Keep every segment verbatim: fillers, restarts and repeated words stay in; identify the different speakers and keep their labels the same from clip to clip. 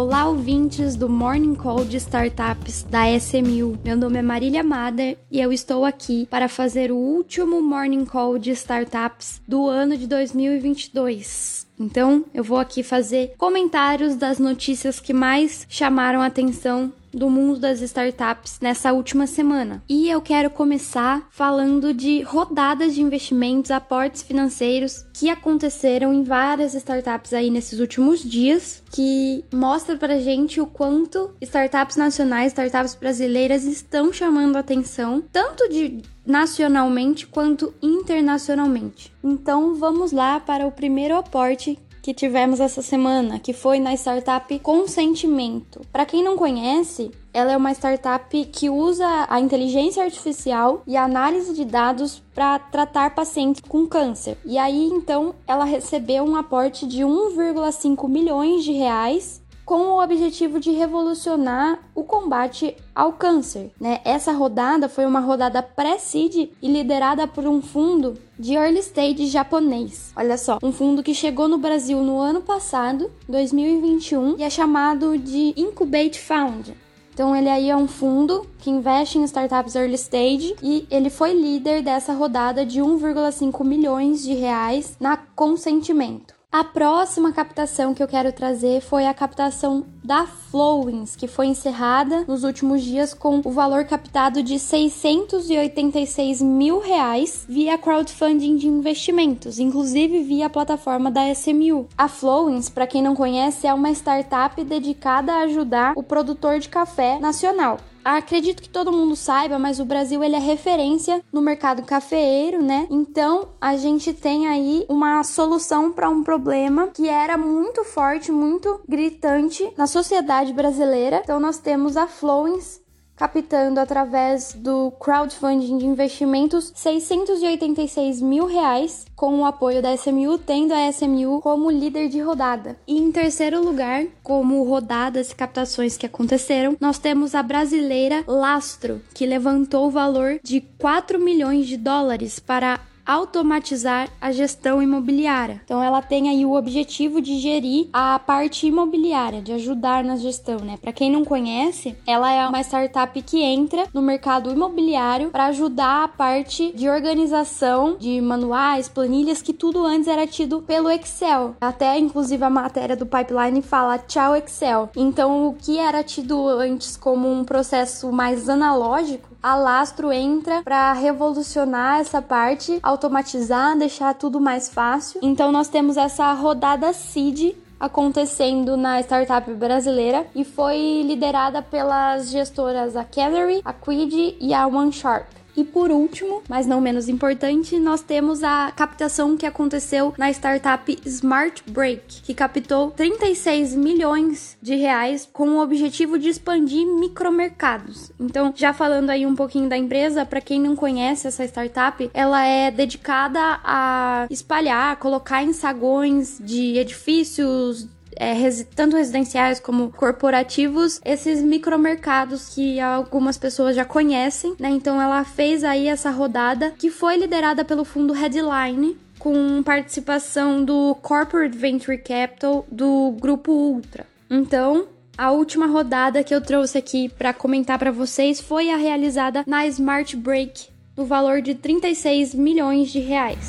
Speaker 1: Olá, ouvintes do Morning Call de Startups da S M U. Meu nome é Marília Mader e eu estou aqui para fazer o último Morning Call de Startups do ano de dois mil e vinte e dois. Então, eu vou aqui fazer comentários das notícias que mais chamaram a atenção do mundo das startups nessa última semana. E eu quero começar falando de rodadas de investimentos, aportes financeiros que aconteceram em várias startups aí nesses últimos dias, que mostra pra gente o quanto startups nacionais, startups brasileiras estão chamando a atenção, tanto de nacionalmente quanto internacionalmente. Então, vamos lá para o primeiro aporte que tivemos essa semana, que foi na startup Consentimento. Para quem não conhece, ela é uma startup que usa a inteligência artificial e a análise de dados para tratar pacientes com câncer. E aí, então, ela recebeu um aporte de um vírgula cinco milhões de reais com o objetivo de revolucionar o combate ao câncer, né? Essa rodada foi uma rodada pré-seed e liderada por um fundo de early stage japonês. Olha só, um fundo que chegou no Brasil no ano passado, dois mil e vinte e um, e é chamado de Incubate Fund. Então ele aí é um fundo que investe em startups early stage e ele foi líder dessa rodada de um vírgula cinco milhões de reais na Consentimento. A próxima captação que eu quero trazer foi a captação da Flowins, que foi encerrada nos últimos dias com o valor captado de seiscentos e oitenta e seis mil reais via crowdfunding de investimentos, inclusive via a plataforma da S M U. A Flowins, para quem não conhece, é uma startup dedicada a ajudar o produtor de café nacional. Acredito que todo mundo saiba, mas o Brasil ele é referência no mercado cafeeiro, né? Então, a gente tem aí uma solução para um problema que era muito forte, muito gritante na sociedade brasileira. Então, nós temos a Flowins captando através do crowdfunding de investimentos seiscentos e oitenta e seis mil reais com o apoio da S M U, tendo a S M U como líder de rodada. E em terceiro lugar, como rodadas e captações que aconteceram, nós temos a brasileira Lastro, que levantou o valor de quatro milhões de dólares para automatizar a gestão imobiliária. Então ela tem aí o objetivo de gerir a parte imobiliária, de ajudar na gestão, né? Para quem não conhece, ela é uma startup que entra no mercado imobiliário para ajudar a parte de organização de manuais, planilhas, que tudo antes era tido pelo Excel. Até inclusive a matéria do Pipeline fala tchau Excel. Então o que era tido antes como um processo mais analógico, a Lastro entra para revolucionar essa parte, automatizar, deixar tudo mais fácil. Então nós temos essa rodada seed acontecendo na startup brasileira e foi liderada pelas gestoras a Celery, a Quid e a OneSharp. E por último, mas não menos importante, nós temos a captação que aconteceu na startup Smart Break, que captou trinta e seis milhões de reais com o objetivo de expandir micromercados. Então, já falando aí um pouquinho da empresa, para quem não conhece essa startup, ela é dedicada a espalhar, colocar em sagões de edifícios, É, resi- tanto residenciais como corporativos, esses micromercados que algumas pessoas já conhecem, né? Então ela fez aí essa rodada que foi liderada pelo fundo Headline, com participação do Corporate Venture Capital do Grupo Ultra. Então, a última rodada que eu trouxe aqui para comentar para vocês foi a realizada na Smart Break, no valor de trinta e seis milhões de reais.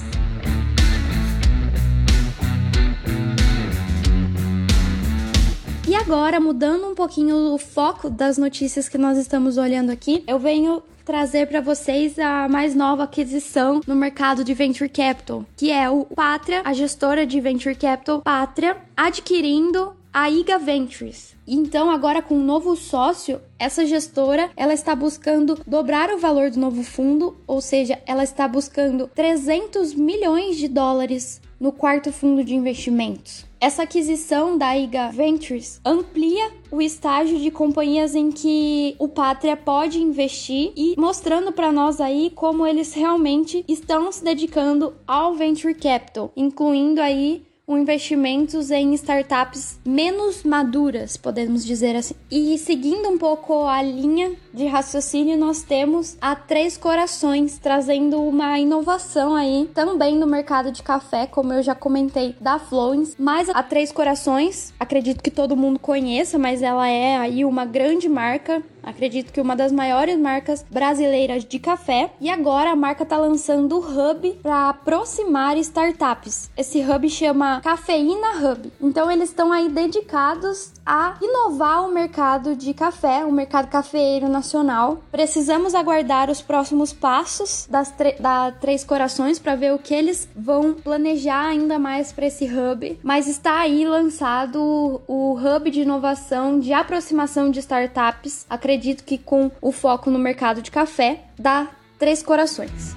Speaker 1: E agora, mudando um pouquinho o foco das notícias que nós estamos olhando aqui, eu venho trazer para vocês a mais nova aquisição no mercado de Venture Capital, que é o Patria, a gestora de Venture Capital Patria, adquirindo a Iga Ventures. Então, agora com um novo sócio, essa gestora, ela está buscando dobrar o valor do novo fundo, ou seja, ela está buscando trezentos milhões de dólares no quarto fundo de investimentos. Essa aquisição da Iga Ventures amplia o estágio de companhias em que o Patria pode investir e mostrando para nós aí como eles realmente estão se dedicando ao Venture Capital, incluindo aí um investimentos em startups menos maduras, podemos dizer assim. E seguindo um pouco a linha de raciocínio, nós temos a Três Corações, trazendo uma inovação aí também no mercado de café, como eu já comentei, da Flowins. Mas a Três Corações, acredito que todo mundo conheça, mas ela é aí uma grande marca, acredito que uma das maiores marcas brasileiras de café. E agora a marca está lançando o Hub para aproximar startups. Esse Hub chama Cafeína Hub. Então eles estão aí dedicados a inovar o mercado de café, o mercado cafeeiro nacional. Precisamos aguardar os próximos passos das tre- da Três Corações para ver o que eles vão planejar ainda mais para esse Hub. Mas está aí lançado o, o Hub de inovação, de aproximação de startups, acredito que com o foco no mercado de café, da Três Corações.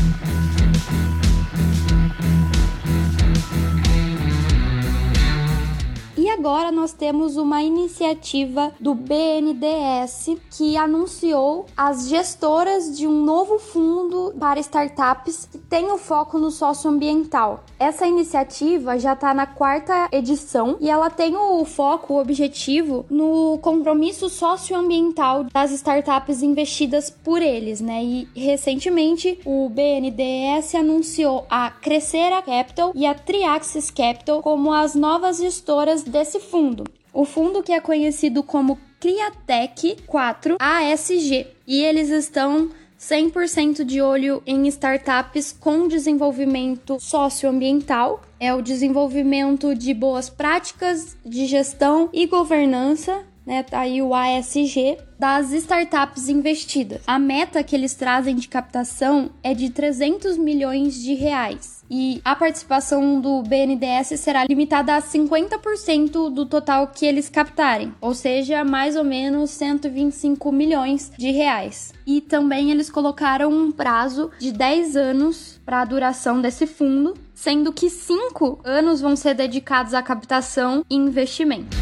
Speaker 1: E agora nós temos uma iniciativa do B N D E S que anunciou as gestoras de um novo fundo para startups que tem o foco no socioambiental. Essa iniciativa já está na quarta edição e ela tem o foco, o objetivo no compromisso socioambiental das startups investidas por eles, né? E recentemente o B N D E S anunciou a Crescera Capital e a Triaxis Capital como as novas gestoras desse fundo. O fundo que é conhecido como Criatec quatro A S G, e eles estão cem por cento de olho em startups com desenvolvimento socioambiental, é o desenvolvimento de boas práticas de gestão e governança, né, tá aí o A S G, das startups investidas. A meta que eles trazem de captação é de trezentos milhões de reais. E a participação do B N D E S será limitada a cinquenta por cento do total que eles captarem, ou seja, mais ou menos cento e vinte e cinco milhões de reais. E também eles colocaram um prazo de dez anos para a duração desse fundo, sendo que cinco anos vão ser dedicados à captação e investimento.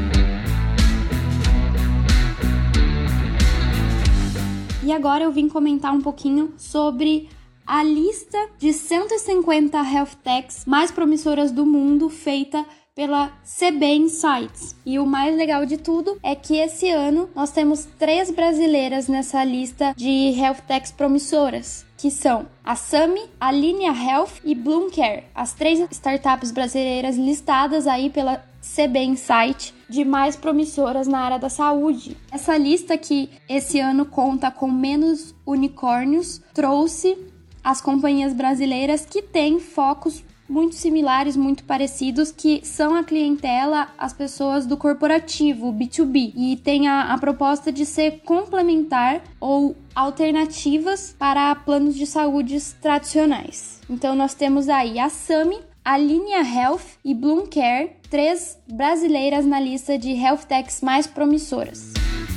Speaker 1: E agora eu vim comentar um pouquinho sobre a lista de cento e cinquenta health techs mais promissoras do mundo feita pela C B Insights. E o mais legal de tudo é que esse ano nós temos três brasileiras nessa lista de health techs promissoras, que são a Sami, a Linea Health e Bloom Care, as três startups brasileiras listadas aí pela C B Insight de mais promissoras na área da saúde. Essa lista que esse ano conta com menos unicórnios trouxe as companhias brasileiras que têm focos muito similares, muito parecidos, que são a clientela, as pessoas do corporativo, o B dois B, e tem a, a proposta de ser complementar ou alternativas para planos de saúde tradicionais. Então nós temos aí a Sami, a Linea Health e Bloom Care, três brasileiras na lista de health techs mais promissoras.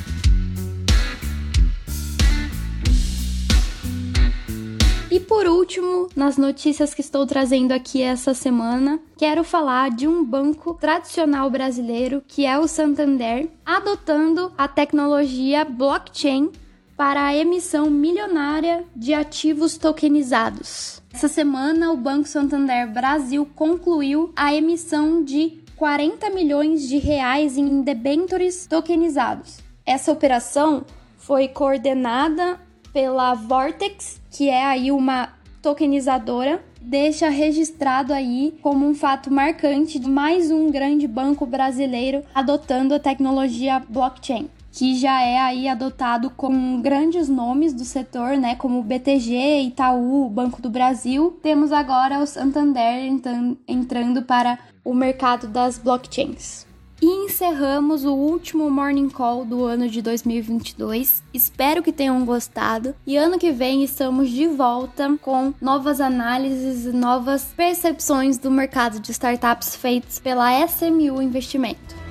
Speaker 1: E por último, nas notícias que estou trazendo aqui essa semana, quero falar de um banco tradicional brasileiro, que é o Santander, adotando a tecnologia blockchain para a emissão milionária de ativos tokenizados. Essa semana, o Banco Santander Brasil concluiu a emissão de quarenta milhões de reais em debêntures tokenizados. Essa operação foi coordenada pela Vortex, que é aí uma tokenizadora, deixa registrado aí como um fato marcante de mais um grande banco brasileiro adotando a tecnologia blockchain, que já é aí adotado com grandes nomes do setor, né, como o B T G, Itaú, Banco do Brasil. Temos agora o Santander entrando para o mercado das blockchains. E encerramos o último Morning Call do ano de dois mil e vinte e dois. Espero que tenham gostado. E ano que vem estamos de volta com novas análises e novas percepções do mercado de startups feitas pela S M U Investimento.